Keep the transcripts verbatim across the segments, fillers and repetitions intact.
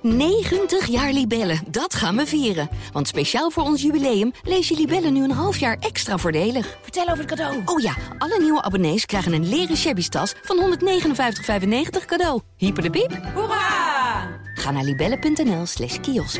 negentig jaar Libellen, dat gaan we vieren. Want speciaal voor ons jubileum lees je Libellen nu een half jaar extra voordelig. Vertel over het cadeau. Oh ja, alle nieuwe abonnees krijgen een leren shabby tas van honderdnegenenvijftig vijfennegentig cadeau. Hyper de piep. Hoera! Ga naar libellen.nl slash kiosk.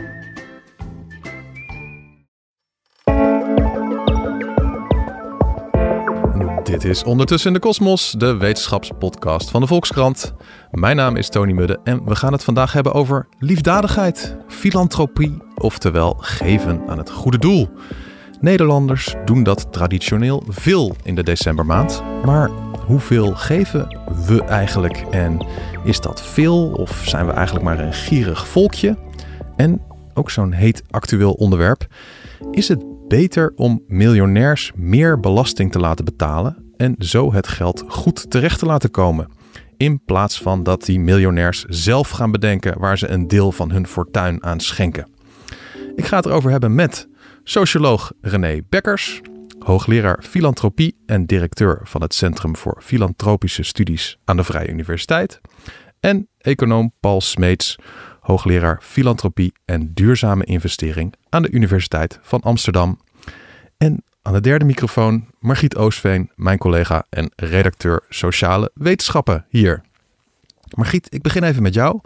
Dit is Ondertussen in de Kosmos, de wetenschapspodcast van de Volkskrant. Mijn naam is Tony Mudde en we gaan het vandaag hebben over liefdadigheid, filantropie, oftewel geven aan het goede doel. Nederlanders doen dat traditioneel veel in de decembermaand, maar hoeveel geven we eigenlijk en is dat veel of zijn we eigenlijk maar een gierig volkje? En ook zo'n heet actueel onderwerp, is het beter om miljonairs meer belasting te laten betalen en zo het geld goed terecht te laten komen, in plaats van dat die miljonairs zelf gaan bedenken waar ze een deel van hun fortuin aan schenken? Ik ga het erover hebben met socioloog René Bekkers, hoogleraar filantropie en directeur van het Centrum voor Filantropische Studies aan de Vrije Universiteit, en econoom Paul Smeets, hoogleraar filantropie en duurzame investering aan de Universiteit van Amsterdam. En aan de derde microfoon Margriet Oostveen, mijn collega en redacteur sociale wetenschappen hier. Margriet, ik begin even met jou.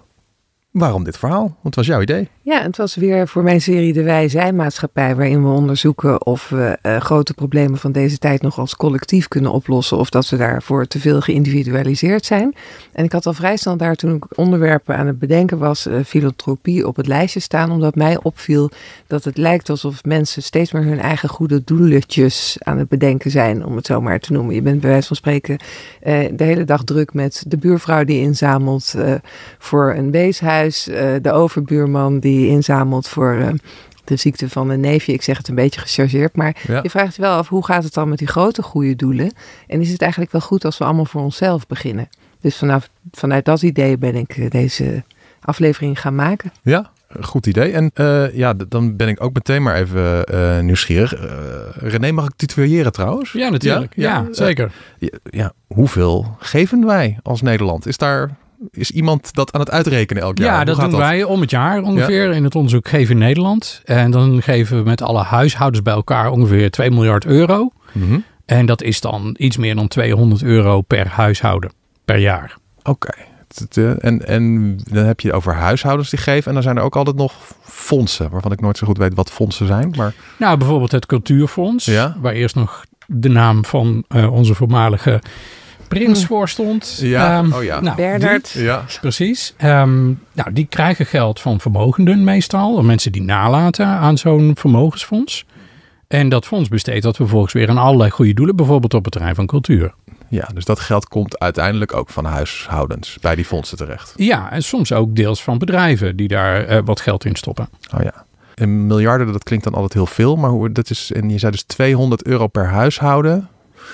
Waarom dit verhaal? Wat was jouw idee? Ja, het was weer voor mijn serie De Wij Zijn Maatschappij, waarin we onderzoeken of we uh, grote problemen van deze tijd nog als collectief kunnen oplossen of dat we daarvoor te veel geïndividualiseerd zijn. En ik had al vrij snel daar, toen ik onderwerpen aan het bedenken was, uh, filantropie op het lijstje staan, omdat mij opviel dat het lijkt alsof mensen steeds meer hun eigen goede doeletjes aan het bedenken zijn, om het zo maar te noemen. Je bent bij wijze van spreken uh, de hele dag druk met de buurvrouw die inzamelt uh, voor een weeshuis, uh, de overbuurman die inzamelt voor uh, de ziekte van een neefje. Ik zeg het een beetje gechargeerd, maar ja. Je vraagt je wel af, hoe gaat het dan met die grote goede doelen? En is het eigenlijk wel goed als we allemaal voor onszelf beginnen? Dus vanaf, vanuit dat idee ben ik deze aflevering gaan maken. Ja, goed idee. En uh, ja, dan ben ik ook meteen maar even uh, nieuwsgierig. Uh, René, mag ik tutoyeren trouwens? Ja, natuurlijk. Ja, ja, ja zeker. Uh, ja, ja, hoeveel geven wij als Nederland? Is daar... Is iemand dat aan het uitrekenen elk jaar? Ja, dat doen dat? wij om het jaar ongeveer ja. in het onderzoek Geven Nederland. En dan geven we met alle huishoudens bij elkaar ongeveer twee miljard euro. Mm-hmm. En dat is dan iets meer dan tweehonderd euro per huishouden per jaar. Oké. Okay. En, en dan heb je over huishoudens die geven. En dan zijn er ook altijd nog fondsen, waarvan ik nooit zo goed weet wat fondsen zijn. Maar... Nou, bijvoorbeeld het Cultuurfonds. Ja? Waar eerst nog de naam van uh, onze voormalige... prins voor stond. Ja, um, oh ja. Nou, Bernard. Die, ja. Precies. Um, nou, die krijgen geld van vermogenden meestal. Of mensen die nalaten aan zo'n vermogensfonds. En dat fonds besteedt dat vervolgens weer aan allerlei goede doelen. Bijvoorbeeld op het terrein van cultuur. Ja, dus dat geld komt uiteindelijk ook van huishoudens bij die fondsen terecht. Ja, en soms ook deels van bedrijven die daar uh, wat geld in stoppen. Oh ja. En miljarden, dat klinkt dan altijd heel veel. Maar hoe, dat is, en je zei dus tweehonderd euro per huishouden.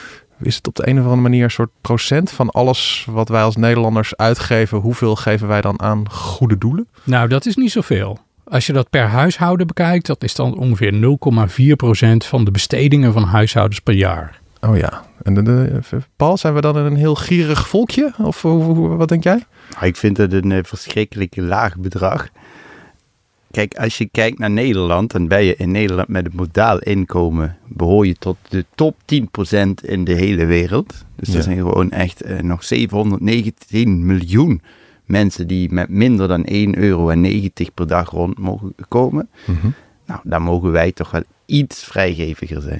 Is het op de een of andere manier een soort procent van alles wat wij als Nederlanders uitgeven? Hoeveel geven wij dan aan goede doelen? Nou, dat is niet zoveel. Als je dat per huishouden bekijkt, dat is dan ongeveer nul komma vier procent van de bestedingen van huishoudens per jaar. Oh ja. En de, de, Paul, zijn we dan een heel gierig volkje? Of wat denk jij? Nou, ik vind het een uh, verschrikkelijk laag bedrag. Kijk, als je kijkt naar Nederland, dan ben je in Nederland met het modaal inkomen, behoor je tot de top tien procent in de hele wereld. Dus ja. Er zijn gewoon echt uh, nog zevenhonderdnegentien miljoen mensen die met minder dan één euro en negentig per dag rond mogen komen. Mm-hmm. Nou, daar mogen wij toch wel iets vrijgeviger zijn.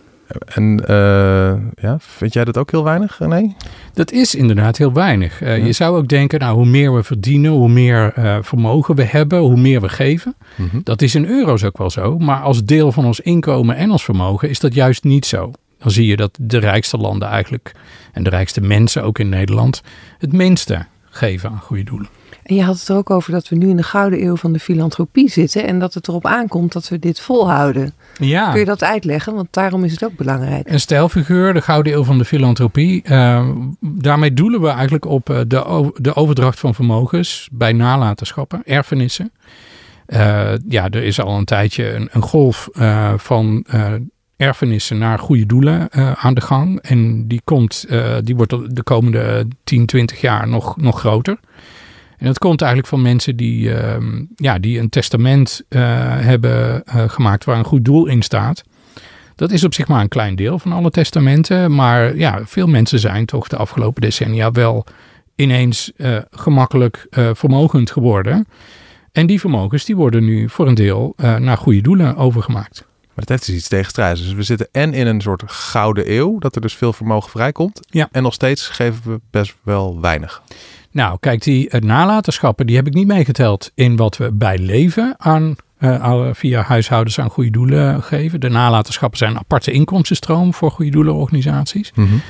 En uh, ja, vind jij dat ook heel weinig, René? Dat is inderdaad heel weinig. Uh, ja. Je zou ook denken, nou, hoe meer we verdienen, hoe meer uh, vermogen we hebben, hoe meer we geven. Mm-hmm. Dat is in euro's ook wel zo. Maar als deel van ons inkomen en ons vermogen is dat juist niet zo. Dan zie je dat de rijkste landen eigenlijk, en de rijkste mensen ook in Nederland, het minste geven aan goede doelen. En je had het er ook over dat we nu in de gouden eeuw van de filantropie zitten en dat het erop aankomt dat we dit volhouden. Ja. Kun je dat uitleggen? Want daarom is het ook belangrijk. Een stijlfiguur, de gouden eeuw van de filantropie. Uh, daarmee doelen we eigenlijk op uh, de, o- de overdracht van vermogens bij nalatenschappen, erfenissen. Uh, ja, er is al een tijdje een, een golf uh, van uh, erfenissen naar goede doelen uh, aan de gang. En die, komt, uh, die wordt de komende tien, twintig jaar nog, nog groter. En dat komt eigenlijk van mensen die, uh, ja, die een testament uh, hebben uh, gemaakt waar een goed doel in staat. Dat is op zich maar een klein deel van alle testamenten. Maar ja, veel mensen zijn toch de afgelopen decennia wel ineens uh, gemakkelijk uh, vermogend geworden. En die vermogens die worden nu voor een deel uh, naar goede doelen overgemaakt. Maar dat heeft dus iets tegenstrijdigs. Dus we zitten en in een soort gouden eeuw, dat er dus veel vermogen vrijkomt. Ja. En nog steeds geven we best wel weinig. Nou, kijk, die uh, nalatenschappen, die heb ik niet meegeteld in wat we bij leven aan, uh, via huishoudens aan goede doelen geven. De nalatenschappen zijn een aparte inkomstenstroom voor goede doelenorganisaties. Mm-hmm.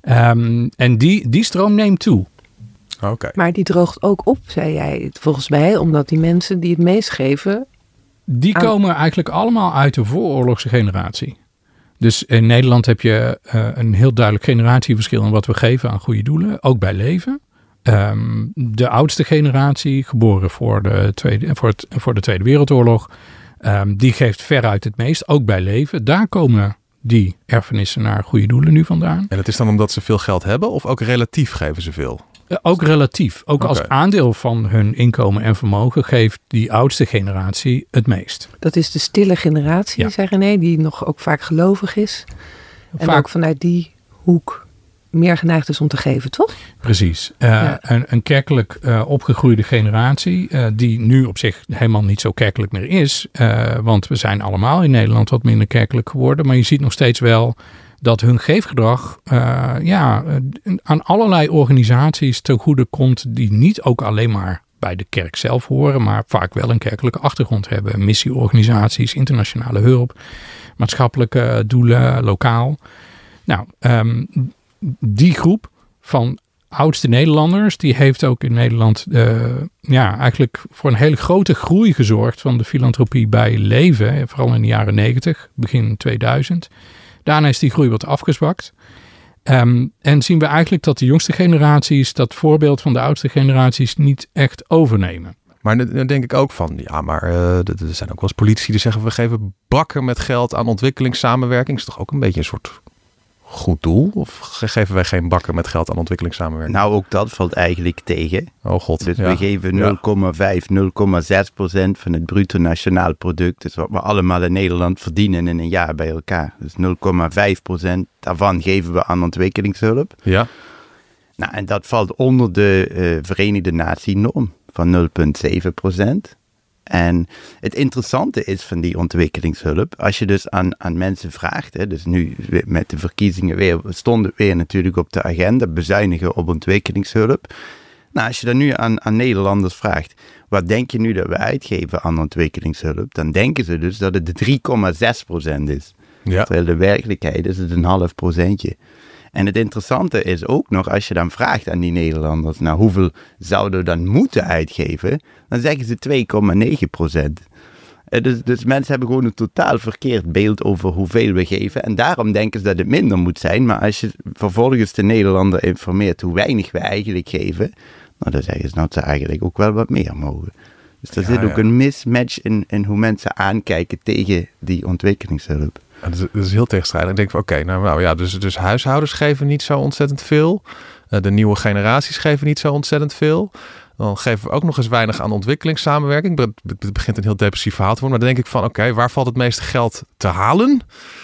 Um, en die, die stroom neemt toe. Okay. Maar die droogt ook op, zei jij, volgens mij, omdat die mensen die het meest geven... Die aan... komen eigenlijk allemaal uit de vooroorlogse generatie. Dus in Nederland heb je uh, een heel duidelijk generatieverschil in wat we geven aan goede doelen, ook bij leven. Um, de oudste generatie, geboren voor de Tweede, voor het, voor de Tweede Wereldoorlog, um, die geeft veruit het meest, ook bij leven. Daar komen die erfenissen naar goede doelen nu vandaan. En dat is dan omdat ze veel geld hebben of ook relatief geven ze veel? Uh, ook relatief. Ook okay. Als aandeel van hun inkomen en vermogen geeft die oudste generatie het meest. Dat is de stille generatie, ja. zei René, die nog ook vaak gelovig is. En vaak... ook vanuit die hoek meer geneigd is om te geven, toch? Precies. Uh, ja. een, een kerkelijk uh, opgegroeide generatie, uh, die nu op zich helemaal niet zo kerkelijk meer is. Uh, want we zijn allemaal in Nederland wat minder kerkelijk geworden. Maar je ziet nog steeds wel dat hun geefgedrag uh, ja, uh, aan allerlei organisaties ten goede komt die niet ook alleen maar bij de kerk zelf horen, maar vaak wel een kerkelijke achtergrond hebben. Missieorganisaties, internationale hulp, maatschappelijke doelen, lokaal. Nou, um, die groep van oudste Nederlanders, die heeft ook in Nederland uh, ja, eigenlijk voor een hele grote groei gezorgd van de filantropie bij leven, vooral in de jaren negentig, begin tweeduizend. Daarna is die groei wat afgezwakt. Um, en zien we eigenlijk dat de jongste generaties dat voorbeeld van de oudste generaties niet echt overnemen. Maar dan denk ik ook van, ja, maar uh, er zijn ook wel eens politici die zeggen, we geven bakken met geld aan ontwikkelingssamenwerking. Is toch ook een beetje een soort goed doel? Of geven wij geen bakken met geld aan ontwikkelingssamenwerking? Nou, ook dat valt eigenlijk tegen. Oh god. Dus ja. we geven nul komma vijf, nul komma zes procent van het bruto nationaal product. Dus wat we allemaal in Nederland verdienen in een jaar bij elkaar. Dus nul komma vijf procent daarvan geven we aan ontwikkelingshulp. Ja. Nou, en dat valt onder de uh, Verenigde Natie-norm van nul komma zeven procent. En het interessante is van die ontwikkelingshulp, als je dus aan, aan mensen vraagt, hè, dus nu met de verkiezingen weer, stonden weer natuurlijk op de agenda, bezuinigen op ontwikkelingshulp. Nou, als je dan nu aan, aan Nederlanders vraagt, wat denk je nu dat we uitgeven aan ontwikkelingshulp, dan denken ze dus dat het drie komma zes procent is. Ja. Terwijl de werkelijkheid is het een half procentje. En het interessante is ook nog, als je dan vraagt aan die Nederlanders, nou hoeveel zouden we dan moeten uitgeven, dan zeggen ze twee komma negen procent. Dus, dus mensen hebben gewoon een totaal verkeerd beeld over hoeveel we geven. En daarom denken ze dat het minder moet zijn. Maar als je vervolgens de Nederlander informeert hoe weinig we eigenlijk geven, nou, dan zeggen ze nou dat ze eigenlijk ook wel wat meer mogen. Dus er ja, zit ook ja. een mismatch in, in hoe mensen aankijken tegen die ontwikkelingshulp. Ja, dat, is, dat is heel tegenstrijdig. Ik denk van oké, okay, nou, nou ja, dus, dus huishoudens geven niet zo ontzettend veel. Uh, de nieuwe generaties geven niet zo ontzettend veel. Dan geven we ook nog eens weinig aan ontwikkelingssamenwerking. Het begint een heel depressief verhaal te worden. Maar dan denk ik van oké, okay, waar valt het meeste geld te halen?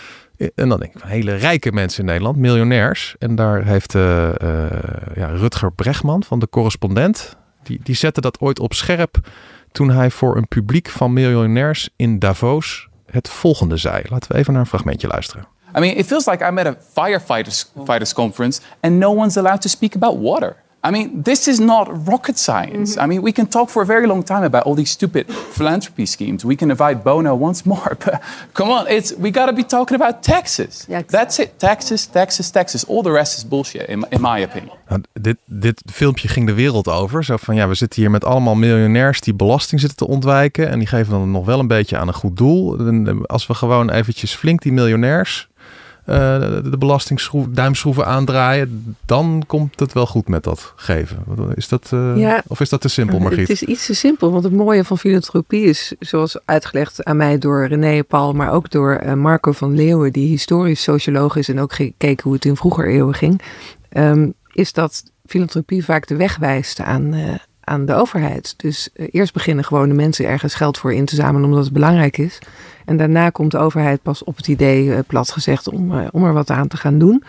En dan denk ik van hele rijke mensen in Nederland, miljonairs. En daar heeft uh, uh, ja, Rutger Bregman van de Correspondent, die, die zette dat ooit op scherp toen hij voor een publiek van miljonairs in Davos het volgende zei. Laten we even naar een fragmentje luisteren. I mean, it feels like I'm at a firefighters fighters conference and no one's allowed to speak about water. I mean, this is not rocket science. Mm-hmm. I mean, we can talk for a very long time about all these stupid philanthropy schemes. We can invite Bono once more, but come on, it's we got to be talking about taxes. Yeah, exactly. That's it. Taxes, taxes, taxes. All the rest is bullshit, in, in my opinion. Nou, dit, dit filmpje ging de wereld over. Zo van, ja, we zitten hier met allemaal miljonairs die belasting zitten te ontwijken. En die geven dan nog wel een beetje aan een goed doel. En als we gewoon eventjes flink die miljonairs Uh, de, de belastingduimschroeven aandraaien, dan komt het wel goed met dat geven. Is dat, uh, ja, of is dat te simpel, Margriet? Het is iets te simpel, want het mooie van filantropie is, zoals uitgelegd aan mij door René Paul, maar ook door uh, Marco van Leeuwen, die historisch socioloog is en ook gekeken hoe het in vroeger eeuwen ging, um, is dat filantropie vaak de weg wijst aan, uh, aan de overheid. Dus uh, eerst beginnen gewone mensen ergens geld voor in te zamelen omdat het belangrijk is. En daarna komt de overheid pas op het idee, uh, plat gezegd, om, uh, om er wat aan te gaan doen.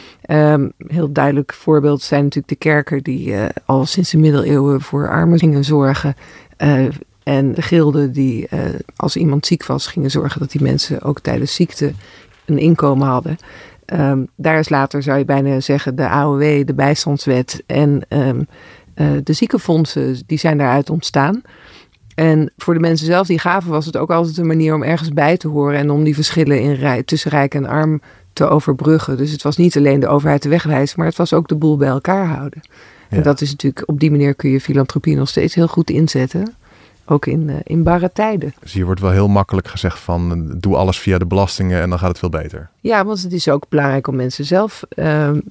Um, heel duidelijk voorbeeld zijn natuurlijk de kerken die uh, al sinds de middeleeuwen voor armen gingen zorgen. Uh, en de gilden die uh, als iemand ziek was gingen zorgen dat die mensen ook tijdens ziekte een inkomen hadden. Um, daar is later, zou je bijna zeggen, de A O W, de bijstandswet en um, uh, de ziekenfondsen, die zijn daaruit ontstaan. En voor de mensen zelf die gaven was het ook altijd een manier om ergens bij te horen en om die verschillen in rij, tussen rijk en arm te overbruggen. Dus het was niet alleen de overheid de weg wijzen, maar het was ook de boel bij elkaar houden. Ja. En dat is natuurlijk, op die manier kun je filantropie nog steeds heel goed inzetten. Ook in, uh, in barre tijden. Dus hier wordt wel heel makkelijk gezegd van doe alles via de belastingen en dan gaat het veel beter. Ja, want het is ook belangrijk om mensen zelf uh, uh,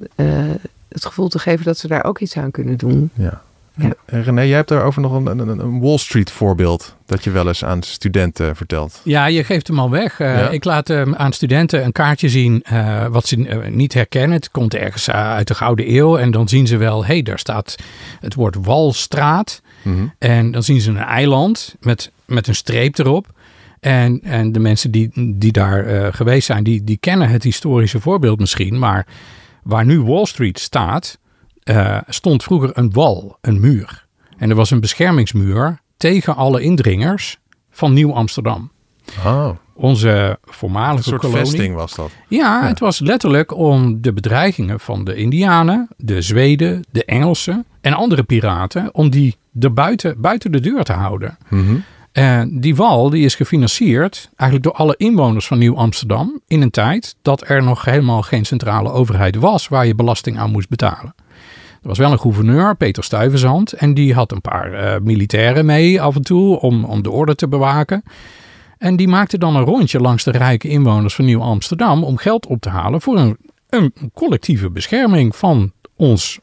het gevoel te geven dat ze daar ook iets aan kunnen doen. Ja. Ja. En René, jij hebt daarover nog een, een, een Wall Street voorbeeld dat je wel eens aan studenten vertelt. Ja, je geeft hem al weg. Uh, ja. Ik laat uh, aan studenten een kaartje zien uh, wat ze uh, niet herkennen. Het komt ergens uh, uit de Gouden Eeuw en dan zien ze wel, hé, hey, daar staat het woord Walstraat. Mm-hmm. En dan zien ze een eiland met, met een streep erop. En, en de mensen die, die daar uh, geweest zijn, die, die kennen het historische voorbeeld misschien. Maar waar nu Wall Street staat, uh, stond vroeger een wal, een muur. En er was een beschermingsmuur tegen alle indringers van Nieuw-Amsterdam. Oh. Onze voormalige een soort kolonie. vesting was dat. Ja, ja, het was letterlijk om de bedreigingen van de Indianen, de Zweden, de Engelsen en andere piraten, om die er buiten, buiten de deur te houden. Mm-hmm. En die wal die is gefinancierd eigenlijk door alle inwoners van Nieuw-Amsterdam in een tijd dat er nog helemaal geen centrale overheid was waar je belasting aan moest betalen. Er was wel een gouverneur, Peter Stuyvesant, en die had een paar uh, militairen mee af en toe om, om de orde te bewaken. En die maakte dan een rondje langs de rijke inwoners van Nieuw-Amsterdam om geld op te halen voor een, een collectieve bescherming van ons,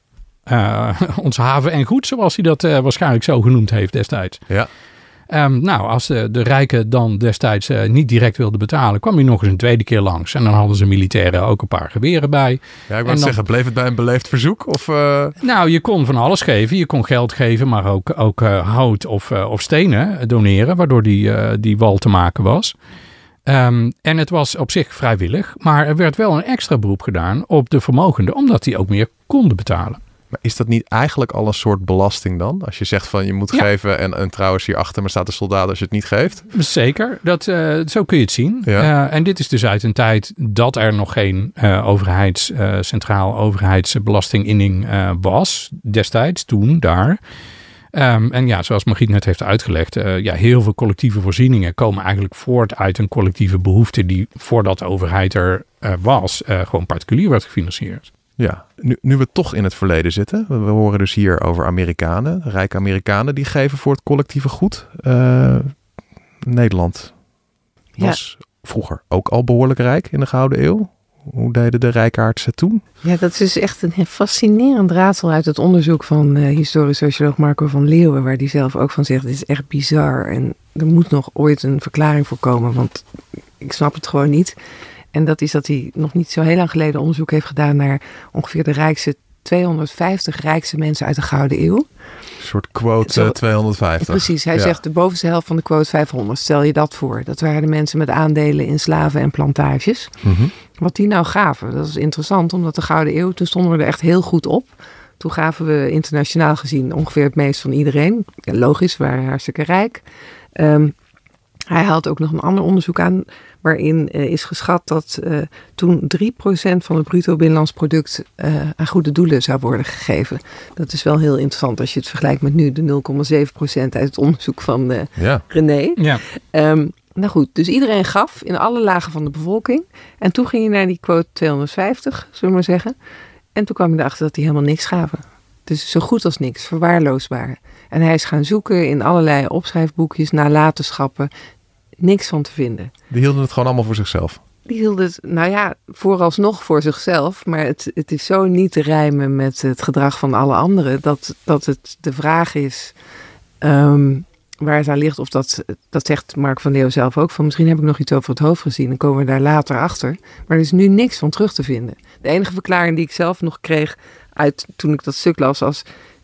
uh, ons haven en goed, zoals hij dat uh, waarschijnlijk zo genoemd heeft destijds. Ja. Um, nou, als de, de rijken dan destijds uh, niet direct wilden betalen, kwam hij nog eens een tweede keer langs. En dan hadden ze militairen ook een paar geweren bij. Ja, ik wou zeggen, bleef het bij een beleefd verzoek? Of, uh... Nou, je kon van alles geven. Je kon geld geven, maar ook, ook uh, hout of, uh, of stenen doneren, waardoor die, uh, die wal te maken was. Um, en het was op zich vrijwillig, maar er werd wel een extra beroep gedaan op de vermogenden, omdat die ook meer konden betalen. Maar is dat niet eigenlijk al een soort belasting dan? Als je zegt van je moet ja. geven en, en trouwens hier achter me staat de soldaat als je het niet geeft? Zeker, dat, uh, zo kun je het zien. Ja. Uh, en dit is dus uit een tijd dat er nog geen uh, overheids, uh, centraal overheidsbelastinginning uh, was. Destijds, toen, daar. Um, en ja, zoals Margriet net heeft uitgelegd, uh, ja, heel veel collectieve voorzieningen komen eigenlijk voort uit een collectieve behoefte die voordat de overheid er uh, was, uh, gewoon particulier werd gefinancierd. Ja, nu, nu we toch in het verleden zitten. We, we horen dus hier over Amerikanen, rijke Amerikanen die geven voor het collectieve goed. Uh, Nederland was ja. vroeger ook al behoorlijk rijk in de Gouden Eeuw. Hoe deden de rijkaards het toen? Ja, dat is echt een fascinerend raadsel uit het onderzoek van uh, historisch socioloog Marco van Leeuwen, waar die zelf ook van zegt, dit is echt bizar en er moet nog ooit een verklaring voor komen, want ik snap het gewoon niet. En dat is dat hij nog niet zo heel lang geleden onderzoek heeft gedaan naar ongeveer de rijkste tweehonderdvijftig rijkste mensen uit de Gouden Eeuw. Een soort quote zo, tweehonderdvijftig. Precies, hij ja. zegt de bovenste helft van de quote vijfhonderd. Stel je dat voor. Dat waren de mensen met aandelen in slaven en plantages. Mm-hmm. Wat die nou gaven, dat is interessant, omdat de Gouden Eeuw, toen stonden we er echt heel goed op. Toen gaven we internationaal gezien ongeveer het meest van iedereen. Ja, logisch, we waren hartstikke rijk. Um, hij haalt ook nog een ander onderzoek aan, waarin uh, is geschat dat uh, toen drie procent van het bruto binnenlands product uh, aan goede doelen zou worden gegeven. Dat is wel heel interessant als je het vergelijkt met nu de nul komma zeven procent uit het onderzoek van uh, ja. René. Ja. Um, nou goed, dus iedereen gaf in alle lagen van de bevolking. En toen ging je naar die quote tweehonderdvijftig, zullen we maar zeggen. En toen kwam je erachter dat die helemaal niks gaven. Dus zo goed als niks, verwaarloosbaar. En hij is gaan zoeken in allerlei opschrijfboekjes, nalatenschappen, niks van te vinden. Die hielden het gewoon allemaal voor zichzelf? Die hielden het, nou ja, vooralsnog voor zichzelf. Maar het, het is zo niet te rijmen met het gedrag van alle anderen, dat, dat het de vraag is um, waar het aan ligt. Of dat, dat zegt Mark van Leeuw zelf ook, van misschien heb ik nog iets over het hoofd gezien en komen we daar later achter. Maar er is nu niks van terug te vinden. De enige verklaring die ik zelf nog kreeg uit toen ik dat stuk las, als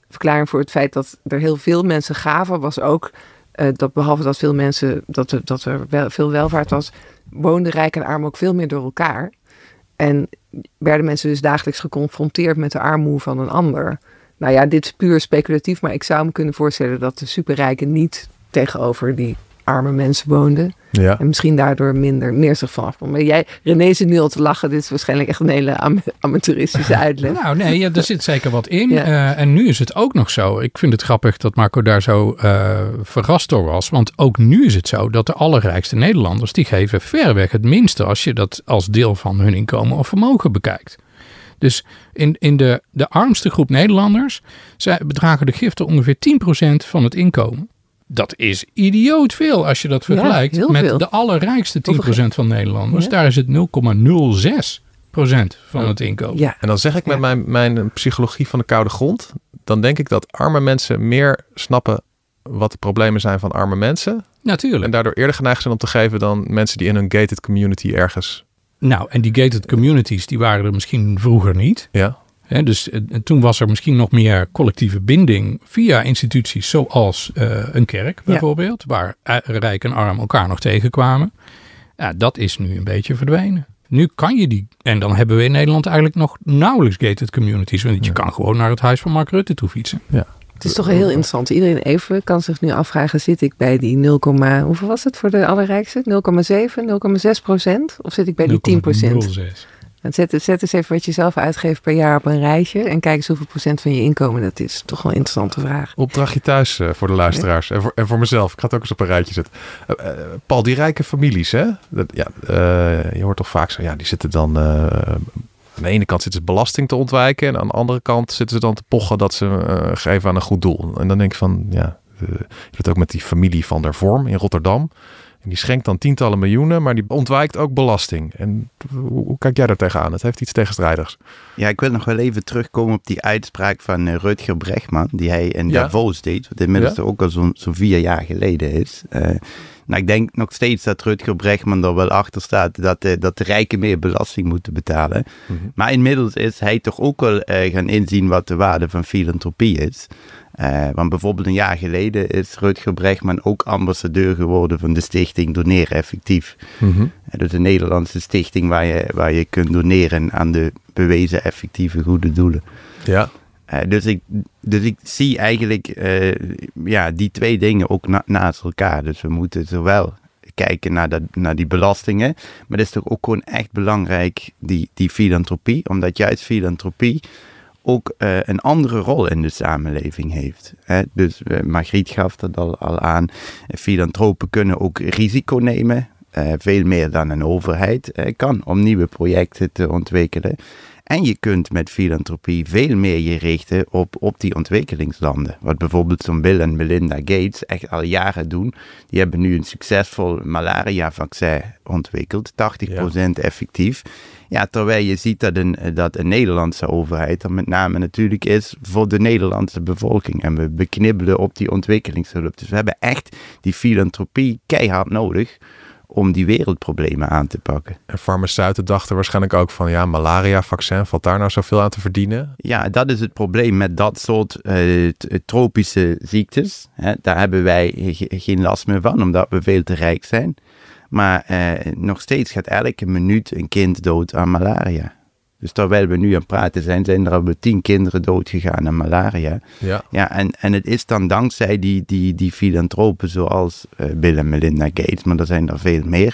verklaring voor het feit dat er heel veel mensen gaven, was ook uh, dat behalve dat veel mensen, dat er, dat er wel, veel welvaart was, woonden rijk en arm ook veel meer door elkaar. En werden mensen dus dagelijks geconfronteerd met de armoede van een ander. Nou ja, dit is puur speculatief, maar ik zou me kunnen voorstellen dat de superrijken niet tegenover die arme mensen woonden. Ja. En misschien daardoor minder, meer zich vanaf. Maar jij, René zit nu al te lachen. Dit is waarschijnlijk echt een hele am- amateuristische uitleg. Nou nee, ja, er zit zeker wat in. Ja. Uh, en nu is het ook nog zo. Ik vind het grappig dat Marco daar zo uh, verrast door was. Want ook nu is het zo dat de allerrijkste Nederlanders, die geven verreweg het minste als je dat als deel van hun inkomen of vermogen bekijkt. Dus in, in de, de armste groep Nederlanders zij bedragen de giften ongeveer tien procent van het inkomen. Dat is idioot veel als je dat vergelijkt ja, met veel. De allerrijkste tien procent van Nederlanders. Ja. Daar is het nul komma nul zes procent van ja. het inkomen. Ja. En dan zeg ik met ja. mijn, mijn psychologie van de koude grond, dan denk ik dat arme mensen meer snappen wat de problemen zijn van arme mensen. Natuurlijk. En daardoor eerder geneigd zijn om te geven dan mensen die in een gated community ergens. Nou, en die gated communities, die waren er misschien vroeger niet. Ja. He, dus en toen was er misschien nog meer collectieve binding via instituties zoals uh, een kerk bijvoorbeeld, ja. waar rijk en arm elkaar nog tegenkwamen. Ja, dat is nu een beetje verdwenen. Nu kan je die, en dan hebben we in Nederland eigenlijk nog nauwelijks gated communities, want je ja. kan gewoon naar het huis van Mark Rutte toe fietsen. Ja. Het is toch heel interessant. Iedereen even kan zich nu afvragen, zit ik bij die nul, hoeveel was het voor de allerrijkste? nul komma zeven, nul komma zes procent? Of zit ik bij die tien procent? nul komma nul zes. Zet, zet eens even wat je zelf uitgeeft per jaar op een rijtje en kijk eens hoeveel procent van je inkomen dat is. Toch wel een interessante vraag. Opdrachtje thuis uh, voor de luisteraars ja. en, voor, en voor mezelf. Ik ga het ook eens op een rijtje zetten. Uh, uh, Paul, die rijke families, hè? Dat, ja, uh, je hoort toch vaak zo, ja, die zitten dan... Uh, aan de ene kant zitten ze belasting te ontwijken en aan de andere kant zitten ze dan te pochen dat ze uh, geven aan een goed doel. En dan denk ik van, ja, uh, je doet het ook met die familie van der Vorm in Rotterdam. En die schenkt dan tientallen miljoenen, maar die ontwijkt ook belasting. En hoe, hoe kijk jij daar tegenaan? Het heeft iets tegenstrijdigs. Ja, ik wil nog wel even terugkomen op die uitspraak van uh, Rutger Bregman, die hij in ja. Davos deed, wat inmiddels ja. ook al zo'n zo vier jaar geleden is. Uh, nou, ik denk nog steeds dat Rutger Bregman er wel achter staat dat, uh, dat de rijken meer belasting moeten betalen. Mm-hmm. Maar inmiddels is hij toch ook wel uh, gaan inzien wat de waarde van filantropie is. Uh, want bijvoorbeeld een jaar geleden is Rutger Bregman ook ambassadeur geworden van de stichting Doneer Effectief. Mm-hmm. Uh, dus een Nederlandse stichting waar je, waar je kunt doneren aan de bewezen effectieve goede doelen. Ja. Uh, dus, ik, dus ik zie eigenlijk uh, ja, die twee dingen ook na, naast elkaar. Dus we moeten zowel kijken naar, dat, naar die belastingen, maar het is toch ook gewoon echt belangrijk, die, die filantropie. Omdat juist filantropie ook uh, een andere rol in de samenleving heeft. Hè? Dus uh, Margriet gaf dat al, al aan. Filantropen kunnen ook risico nemen. Uh, veel meer dan een overheid uh, kan om nieuwe projecten te ontwikkelen. En je kunt met filantropie veel meer je richten op, op die ontwikkelingslanden. Wat bijvoorbeeld zo'n Bill en Melinda Gates echt al jaren doen. Die hebben nu een succesvol malaria-vaccin ontwikkeld. tachtig procent ja. effectief. Ja, terwijl je ziet dat een, dat een Nederlandse overheid er met name natuurlijk is voor de Nederlandse bevolking. En we beknibbelen op die ontwikkelingshulp. Dus we hebben echt die filantropie keihard nodig om die wereldproblemen aan te pakken. En farmaceuten dachten waarschijnlijk ook van, ja, malaria-vaccin, valt daar nou zoveel aan te verdienen? Ja, dat is het probleem met dat soort uh, tropische ziektes. Hè, daar hebben wij ge- geen last meer van, omdat we veel te rijk zijn. Maar uh, nog steeds gaat elke minuut een kind dood aan malaria. Dus terwijl we nu aan het praten zijn, zijn er al tien kinderen doodgegaan aan malaria. Ja. Ja, en, en het is dan dankzij die, die, die filantropen zoals uh, Bill en Melinda Gates, maar er zijn er veel meer,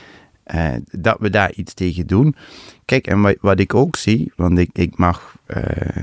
uh, dat we daar iets tegen doen. Kijk, en wat, wat ik ook zie, want ik, ik mag uh,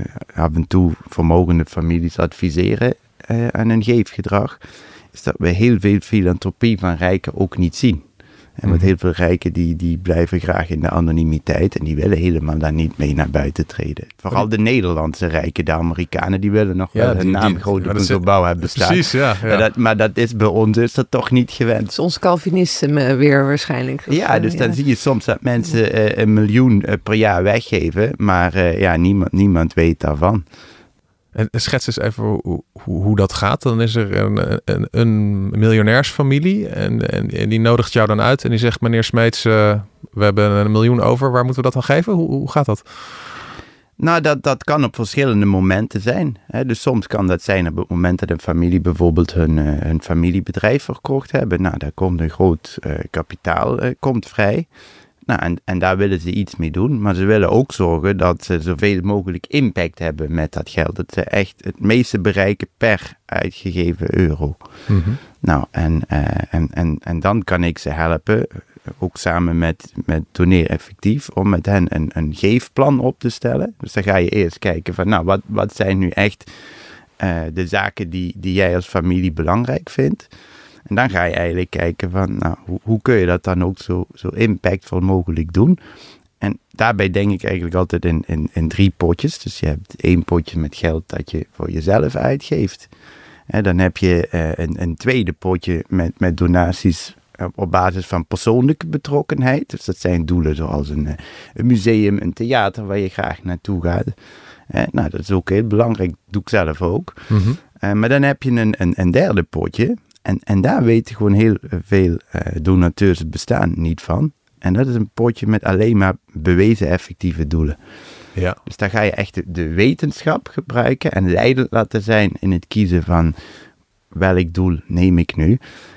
af en toe vermogende families adviseren uh, aan hun geefgedrag, is dat we heel veel filantropie van rijken ook niet zien. En met heel veel rijken die, die blijven graag in de anonimiteit en die willen helemaal daar niet mee naar buiten treden. Vooral de Nederlandse rijken, de Amerikanen, die willen nog ja, wel hun naam groot op een gebouw hebben staan. Precies, ja. ja. Dat, maar dat is bij ons is dat toch niet gewend. Dat is ons Calvinisme weer waarschijnlijk. Of, ja, dus uh, dan ja. zie je soms dat mensen uh, een miljoen uh, per jaar weggeven, maar uh, ja, niemand, niemand weet daarvan. En schets eens even hoe, hoe, hoe dat gaat. Dan is er een, een, een miljonairsfamilie en, en, en die nodigt jou dan uit en die zegt, meneer Smeets, uh, we hebben een miljoen over, waar moeten we dat dan geven? Hoe, hoe gaat dat? Nou, dat, dat kan op verschillende momenten zijn. Hè. Dus soms kan dat zijn op het moment dat een familie bijvoorbeeld hun, uh, hun familiebedrijf verkocht hebben. Nou, daar komt een groot uh, kapitaal uh, komt vrij. Nou, en, en daar willen ze iets mee doen. Maar ze willen ook zorgen dat ze zoveel mogelijk impact hebben met dat geld. Dat ze echt het meeste bereiken per uitgegeven euro. Mm-hmm. Nou, en, uh, en, en, en dan kan ik ze helpen, ook samen met, met Doneer Effectief, om met hen een, een geefplan op te stellen. Dus dan ga je eerst kijken van, nou, wat, wat zijn nu echt uh, de zaken die, die jij als familie belangrijk vindt. En dan ga je eigenlijk kijken van, nou, hoe, hoe kun je dat dan ook zo, zo impactvol mogelijk doen. En daarbij denk ik eigenlijk altijd in, in, in drie potjes. Dus je hebt één potje met geld dat je voor jezelf uitgeeft. En dan heb je uh, een, een tweede potje met, met donaties op basis van persoonlijke betrokkenheid. Dus dat zijn doelen zoals een, een museum, een theater waar je graag naartoe gaat. Eh, nou, dat is ook heel belangrijk. Dat doe ik zelf ook. Mm-hmm. Uh, maar dan heb je een, een, een derde potje. En, en daar weten gewoon heel veel uh, donateurs het bestaan niet van. En dat is een potje met alleen maar bewezen effectieve doelen. Ja. Dus daar ga je echt de, de wetenschap gebruiken en leidend laten zijn in het kiezen van welk doel neem ik nu.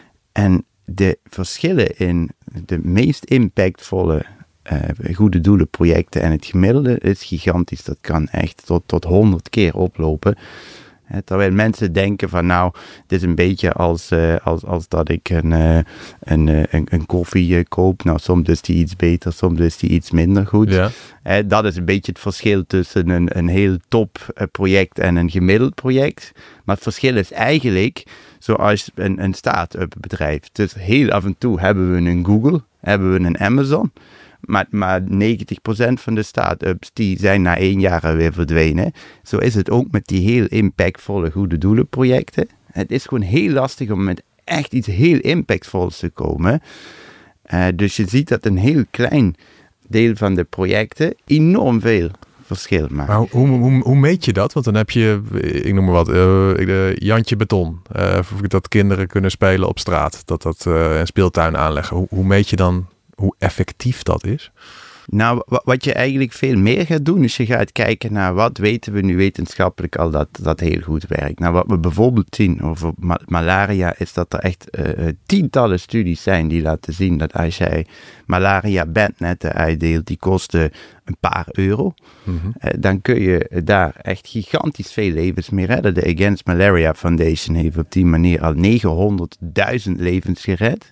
En de verschillen in de meest impactvolle uh, goede doelenprojecten en het gemiddelde is gigantisch. Dat kan echt tot, tot honderd keer oplopen. He, terwijl mensen denken van nou, het is een beetje als, uh, als, als dat ik een, uh, een, uh, een, een koffie uh, koop. Nou, soms is die iets beter, soms is die iets minder goed. Ja. He, dat is een beetje het verschil tussen een, een heel top uh, project en een gemiddeld project. Maar het verschil is eigenlijk zoals een, een start-up bedrijf. Dus heel af en toe hebben we een Google, hebben we een Amazon. Maar, maar negentig procent van de start-ups die zijn na één jaar weer verdwenen. Zo is het ook met die heel impactvolle goede doelenprojecten. Het is gewoon heel lastig om met echt iets heel impactvols te komen. Uh, dus je ziet dat een heel klein deel van de projecten enorm veel verschil maken. Maar hoe, hoe, hoe meet je dat? Want dan heb je, ik noem maar wat, uh, Jantje Beton. Uh, dat kinderen kunnen spelen op straat. Dat dat uh, een speeltuin aanleggen. Hoe, hoe meet je dan hoe effectief dat is? Nou, wat je eigenlijk veel meer gaat doen, is je gaat kijken naar wat weten we nu wetenschappelijk al dat, dat heel goed werkt. Nou, wat we bijvoorbeeld zien over ma- malaria, is dat er echt uh, tientallen studies zijn die laten zien dat als jij malaria-bednetten uitdeelt, die kosten een paar euro, mm-hmm. uh, dan kun je daar echt gigantisch veel levens mee redden. De Against Malaria Foundation heeft op die manier al negenhonderdduizend levens gered.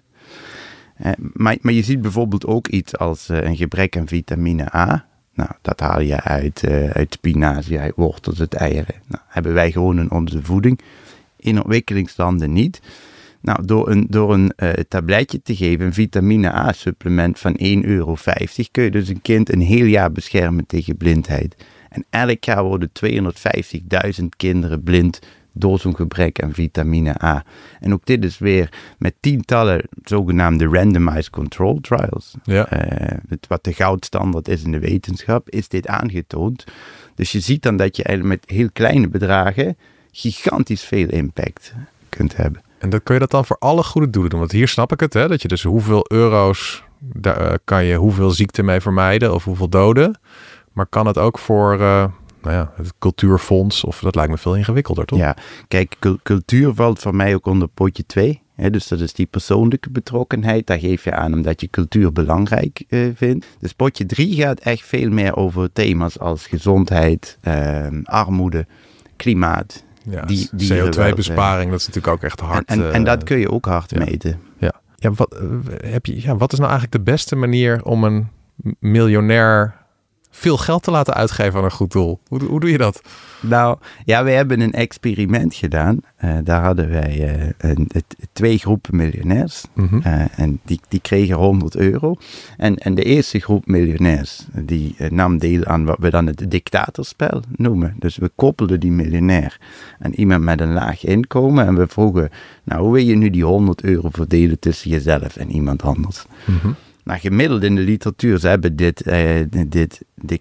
Uh, maar, maar je ziet bijvoorbeeld ook iets als uh, een gebrek aan vitamine A. Nou, dat haal je uit, uh, uit spinazie, uit wortels, uit eieren. Nou, hebben wij gewoon in onze voeding. In ontwikkelingslanden niet. Nou, door een, door een uh, tabletje te geven, een vitamine A supplement van één euro vijftig, kun je dus een kind een heel jaar beschermen tegen blindheid. En elk jaar worden tweehonderdvijftigduizend kinderen blind door zo'n gebrek aan vitamine A. En ook dit is weer met tientallen zogenaamde randomized control trials. Ja. Uh, wat de goudstandaard is in de wetenschap, is dit aangetoond. Dus je ziet dan dat je eigenlijk met heel kleine bedragen gigantisch veel impact kunt hebben. En dan kun je dat dan voor alle goede doelen doen? Want hier snap ik het, hè, dat je dus hoeveel euro's, daar uh, kan je hoeveel ziekte mee vermijden of hoeveel doden. Maar kan het ook voor Uh, nou ja, het cultuurfonds, of dat lijkt me veel ingewikkelder, toch? Ja, kijk, cultuur valt voor mij ook onder potje twee. Hè, dus dat is die persoonlijke betrokkenheid. Daar geef je aan omdat je cultuur belangrijk uh, vindt. Dus potje drie gaat echt veel meer over thema's als gezondheid, uh, armoede, klimaat. Ja, die, C O twee besparing, dat is natuurlijk ook echt hard. En, en, en dat kun je ook hard ja. meten. Ja. Ja, wat, uh, heb je, ja, wat is nou eigenlijk de beste manier om een miljonair veel geld te laten uitgeven aan een goed doel? Hoe, hoe doe je dat? Nou, ja, we hebben een experiment gedaan. Uh, daar hadden wij uh, een, het, twee groepen miljonairs. Mm-hmm. Uh, en die, die kregen honderd euro. En, en de eerste groep miljonairs, die uh, nam deel aan wat we dan het dictatorspel noemen. Dus we koppelden die miljonair aan iemand met een laag inkomen. En we vroegen, nou, hoe wil je nu die honderd euro verdelen tussen jezelf en iemand anders? Mm-hmm. Nou, gemiddeld in de literatuur, ze hebben dit, uh, dit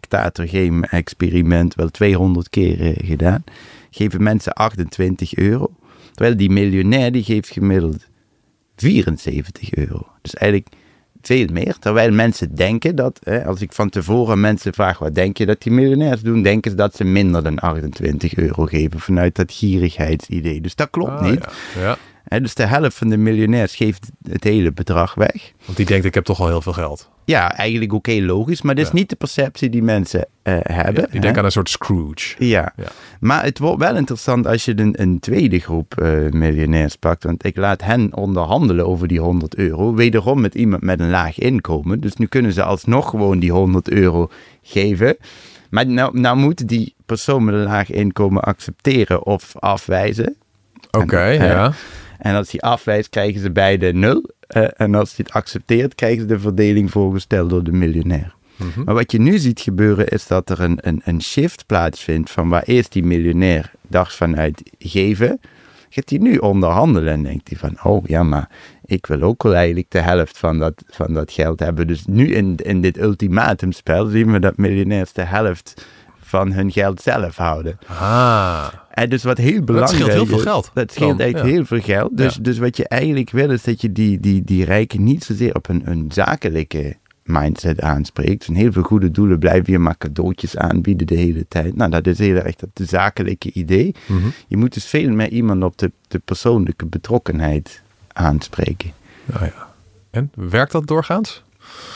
dictator-game-experiment wel tweehonderd keer uh, gedaan. Geven mensen achtentwintig euro. Terwijl die miljonair, die geeft gemiddeld vierenzeventig euro. Dus eigenlijk veel meer. Terwijl mensen denken dat, hè, als ik van tevoren mensen vraag, wat denk je dat die miljonairs doen? Denken ze dat ze minder dan achtentwintig euro geven vanuit dat gierigheidsidee. Dus dat klopt Ah, niet. Ja. Ja. Hè, dus de helft van de miljonairs geeft het hele bedrag weg. Want die denkt, ik heb toch al heel veel geld. Ja, eigenlijk ook heel logisch, maar dat is Ja. niet de perceptie die mensen uh, hebben. Ja, die hè? denken aan een soort Scrooge. Ja. Ja. Maar het wordt wel interessant als je een, een tweede groep uh, miljonairs pakt. Want ik laat hen onderhandelen over die honderd euro. Wederom met iemand met een laag inkomen. Dus nu kunnen ze alsnog gewoon die honderd euro geven. Maar nou, nou moet die persoon met een laag inkomen accepteren of afwijzen. Oké, okay, en, ja. Uh, en als hij afwijst, krijgen ze beide nul. Uh, en als hij het accepteert, krijgen ze de verdeling voorgesteld door de miljonair. Mm-hmm. Maar wat je nu ziet gebeuren is dat er een, een, een shift plaatsvindt van waar eerst die miljonair dacht vanuit geven, gaat hij nu onderhandelen en denkt hij van, oh ja, maar ik wil ook wel eigenlijk de helft van dat, van dat geld hebben. Dus nu in, in dit ultimatumspel zien we dat miljonairs de helft van hun geld zelf houden. Ah. En dus wat heel belangrijk is... Dat scheelt heel veel geld. Dat scheelt Dan, echt ja. heel veel geld. Dus, Ja. dus wat je eigenlijk wil is dat je die, die, die rijken niet zozeer op een, een zakelijke mindset aanspreekt. Van heel veel goede doelen blijven je maar cadeautjes aanbieden de hele tijd. Nou, dat is heel erg dat zakelijke idee. Mm-hmm. Je moet dus veel meer iemand op de, de persoonlijke betrokkenheid aanspreken. Nou ja. En, werkt dat doorgaans?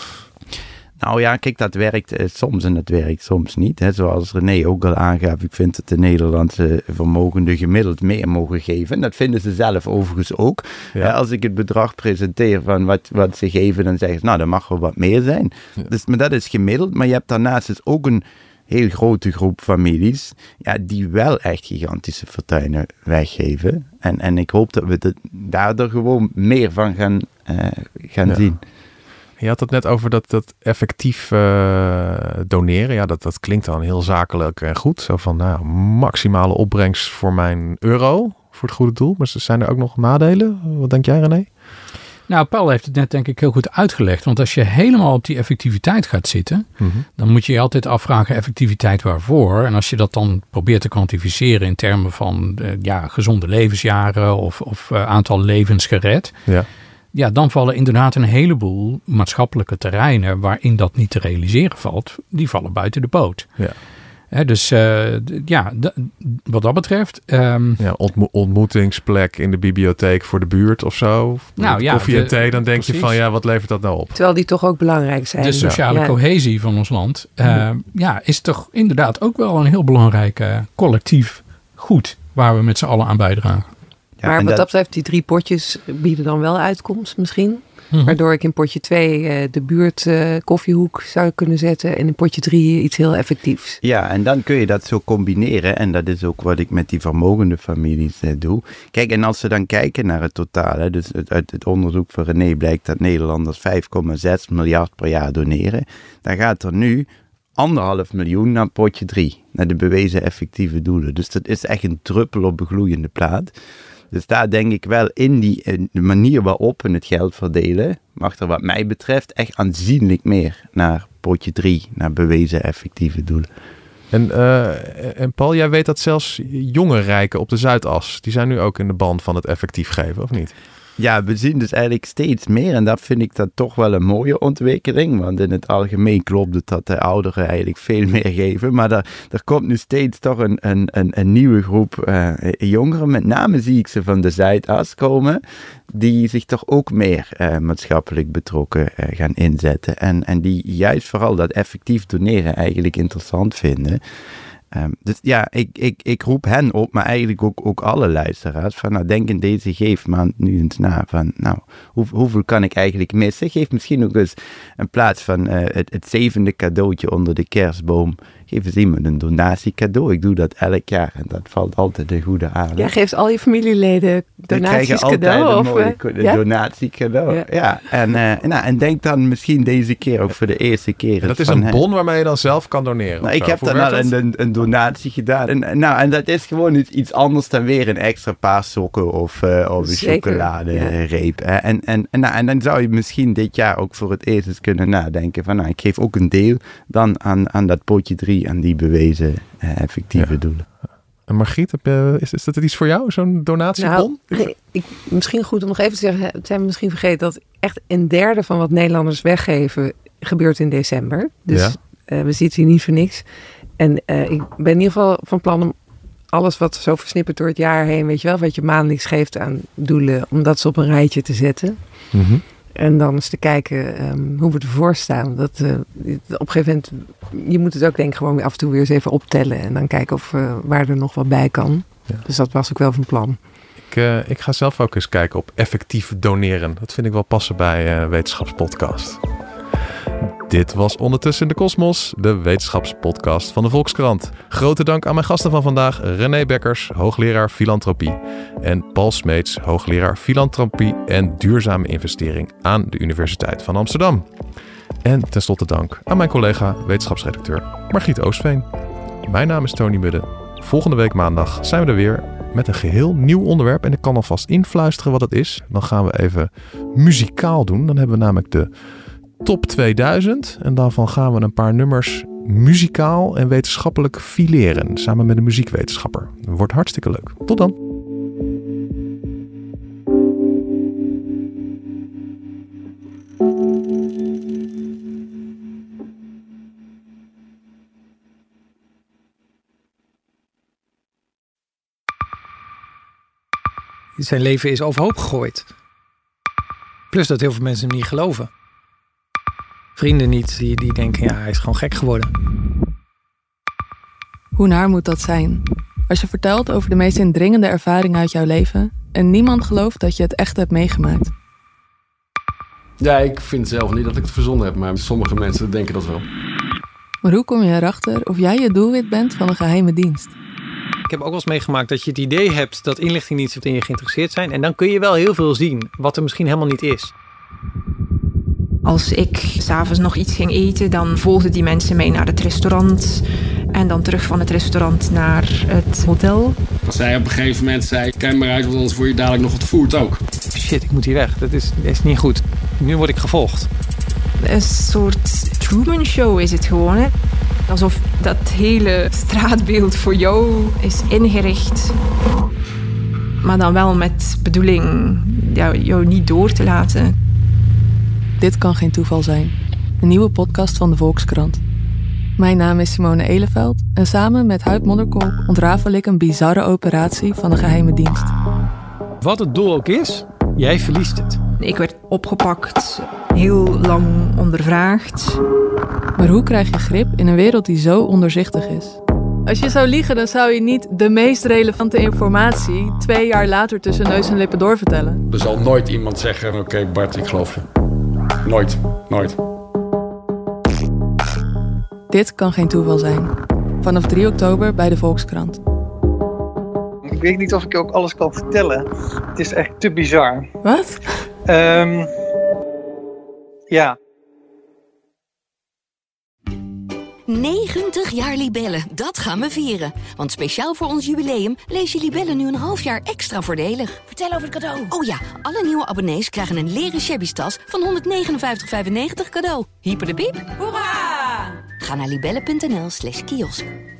Nou ja, kijk, dat werkt eh, soms en dat werkt soms niet. Hè. Zoals René ook al aangaf, ik vind dat de Nederlandse vermogenden gemiddeld meer mogen geven. En dat vinden ze zelf overigens ook. Ja. Hè, als ik het bedrag presenteer van wat, wat ze geven, dan zeggen ze, nou, dat mag wel wat meer zijn. Ja. Dus, maar dat is gemiddeld. Maar je hebt daarnaast dus ook een heel grote groep families, ja, die wel echt gigantische fortuinen weggeven. En, en ik hoop dat we de, daardoor gewoon meer van gaan, uh, gaan Ja. zien. Je had het net over dat, dat effectief uh, doneren. Ja, dat, dat klinkt dan heel zakelijk en goed. Zo van, nou, maximale opbrengst voor mijn euro, voor het goede doel. Maar zijn er ook nog nadelen? Wat denk jij, René? Nou, Paul heeft het net denk ik heel goed uitgelegd. Want als je helemaal op die effectiviteit gaat zitten, mm-hmm. dan moet je je altijd afvragen, effectiviteit waarvoor? En als je dat dan probeert te kwantificeren in termen van uh, ja, gezonde levensjaren of, of uh, aantal levens gered. Ja. Ja, dan vallen inderdaad een heleboel maatschappelijke terreinen waarin dat niet te realiseren valt, die vallen buiten de boot. Ja. He, dus uh, d- ja, d- wat dat betreft... Um, ja, ontmo- ontmoetingsplek in de bibliotheek voor de buurt of zo. Nou, ja, koffie de, en thee, dan denk precies. je van ja, wat levert dat nou op? Terwijl die toch ook belangrijk zijn. De sociale ja. cohesie van ons land uh, ja. ja, is toch inderdaad ook wel een heel belangrijk uh, collectief goed waar we met z'n allen aan bijdragen. Ja, maar wat dat... dat betreft, die drie potjes bieden dan wel uitkomst misschien. Mm-hmm. Waardoor ik in potje twee uh, de buurt uh, koffiehoek zou kunnen zetten. En in potje drie iets heel effectiefs. Ja, en dan kun je dat zo combineren. En dat is ook wat ik met die vermogende families uh, doe. Kijk, en als ze dan kijken naar het totaal. Hè, dus uit het, het onderzoek van René blijkt dat Nederlanders vijf komma zes miljard per jaar doneren. Dan gaat er nu anderhalf miljoen naar potje drie. Naar de bewezen effectieve doelen. Dus dat is echt een druppel op een gloeiende plaat. Dus daar denk ik wel in die in de manier waarop we het geld verdelen, mag er wat mij betreft echt aanzienlijk meer naar potje drie, naar bewezen effectieve doelen. En, uh, en Paul, jij weet dat zelfs jonge rijken op de Zuidas, die zijn nu ook in de band van het effectief geven, of niet? Ja, we zien dus eigenlijk steeds meer en dat vind ik dat toch wel een mooie ontwikkeling, want in het algemeen klopt het dat de ouderen eigenlijk veel meer geven, maar er, er komt nu steeds toch een, een, een, een nieuwe groep uh, jongeren, met name zie ik ze van de Zuidas komen, die zich toch ook meer uh, maatschappelijk betrokken uh, gaan inzetten en, en die juist vooral dat effectief doneren eigenlijk interessant vinden. Um, dus ja, ik, ik, ik roep hen op, maar eigenlijk ook, ook alle luisteraars, van nou, denk in deze geefmaand nu eens na, van nou, hoe, hoeveel kan ik eigenlijk missen? Geef misschien ook eens in plaats van uh, het, het zevende cadeautje onder de kerstboom, geef eens iemand een donatiecadeau. Ik doe dat elk jaar en dat valt altijd een goede aarde. Ja, geeft al je familieleden donaties cadeau? Een mooie of, uh, ja? donatiecadeau. Ja. ja. En, uh, nou, en denk dan misschien deze keer ook voor de eerste keer. En dat is van, een bon waarmee je dan zelf kan doneren? Nou, ik heb dan al een, een, een donatie gedaan. En, nou, en dat is gewoon iets, iets anders dan weer een extra paar sokken of, uh, of een chocoladereep. Ja. En, en, en, nou, en dan zou je misschien dit jaar ook voor het eerst eens kunnen nadenken van nou, ik geef ook een deel dan aan, aan dat potje drie, aan die bewezen uh, effectieve ja. doelen. En Margriet, heb je, is, is dat iets voor jou, zo'n donatiebon? Nou, ik, misschien goed om nog even te zeggen, het zijn we misschien vergeten dat echt een derde van wat Nederlanders weggeven gebeurt in december. Dus ja. uh, we zitten hier niet voor niks. En uh, ik ben in ieder geval van plan om alles wat zo versnipperd door het jaar heen, weet je wel, wat je maandelijks geeft aan doelen, om dat ze op een rijtje te zetten. Mm-hmm. En dan eens te kijken um, hoe we ervoor staan. Dat, uh, op een gegeven moment, je moet het ook denk ik gewoon af en toe weer eens even optellen. En dan kijken of uh, waar er nog wat bij kan. Ja. Dus dat was ook wel van plan. Ik, uh, ik ga zelf ook eens kijken op effectief doneren. Dat vind ik wel passen bij uh, Wetenschapspodcast. Dit was Ondertussen in de Kosmos, de wetenschapspodcast van de Volkskrant. Grote dank aan mijn gasten van vandaag, René Bekkers, hoogleraar filantropie, en Paul Smeets, hoogleraar filantropie en duurzame investering aan de Universiteit van Amsterdam. En tenslotte dank aan mijn collega wetenschapsredacteur Margriet Oostveen. Mijn naam is Tony Mudde. Volgende week maandag zijn we er weer met een geheel nieuw onderwerp. En ik kan alvast influisteren wat het is. Dan gaan we even muzikaal doen. Dan hebben we namelijk de Top tweeduizend. En daarvan gaan we een paar nummers muzikaal en wetenschappelijk fileren. Samen met een muziekwetenschapper. Wordt hartstikke leuk. Tot dan. Zijn leven is overhoop gegooid. Plus dat heel veel mensen hem niet geloven. Vrienden niet, die, die denken, ja, hij is gewoon gek geworden. Hoe naar moet dat zijn? Als je vertelt over de meest indringende ervaringen uit jouw leven en niemand gelooft dat je het echt hebt meegemaakt. Ja, ik vind zelf niet dat ik het verzonnen heb, maar sommige mensen denken dat wel. Maar hoe kom je erachter of jij het doelwit bent van een geheime dienst? Ik heb ook wel eens meegemaakt dat je het idee hebt dat inlichtingendiensten in je geïnteresseerd zijn. En dan kun je wel heel veel zien, wat er misschien helemaal niet is. Als ik 's avonds nog iets ging eten, dan volgden die mensen mij naar het restaurant. En dan terug van het restaurant naar het hotel. Dat zij op een gegeven moment zei, kijk maar uit, want anders word je dadelijk nog ontvoerd ook. Shit, ik moet hier weg. Dat is, dat is niet goed. Nu word ik gevolgd. Een soort Truman Show is het gewoon, hè. Alsof dat hele straatbeeld voor jou is ingericht. Maar dan wel met bedoeling jou, jou niet door te laten. Dit kan geen toeval zijn. Een nieuwe podcast van de Volkskrant. Mijn naam is Simone Eleveld en samen met Huib Modderkolk ontrafel ik een bizarre operatie van de geheime dienst. Wat het doel ook is, jij verliest het. Ik werd opgepakt, heel lang ondervraagd. Maar hoe krijg je grip in een wereld die zo onderzichtig is? Als je zou liegen, dan zou je niet de meest relevante informatie twee jaar later tussen neus en lippen doorvertellen. Er zal nooit iemand zeggen, oké okay, Bart, ik geloof je. Nooit, nooit. Dit kan geen toeval zijn. Vanaf drie oktober bij de Volkskrant. Ik weet niet of ik ook alles kan vertellen. Het is echt te bizar. Wat? Um, ja. negentig jaar Libellen, dat gaan we vieren. Want speciaal voor ons jubileum lees je Libellen nu een half jaar extra voordelig. Vertel over het cadeau. Oh ja, alle nieuwe abonnees krijgen een leren shabby tas van honderdnegenenvijftig vijfennegentig cadeau. Hyper de piep. Hoera! Ga naar libellen punt n l slash kiosk.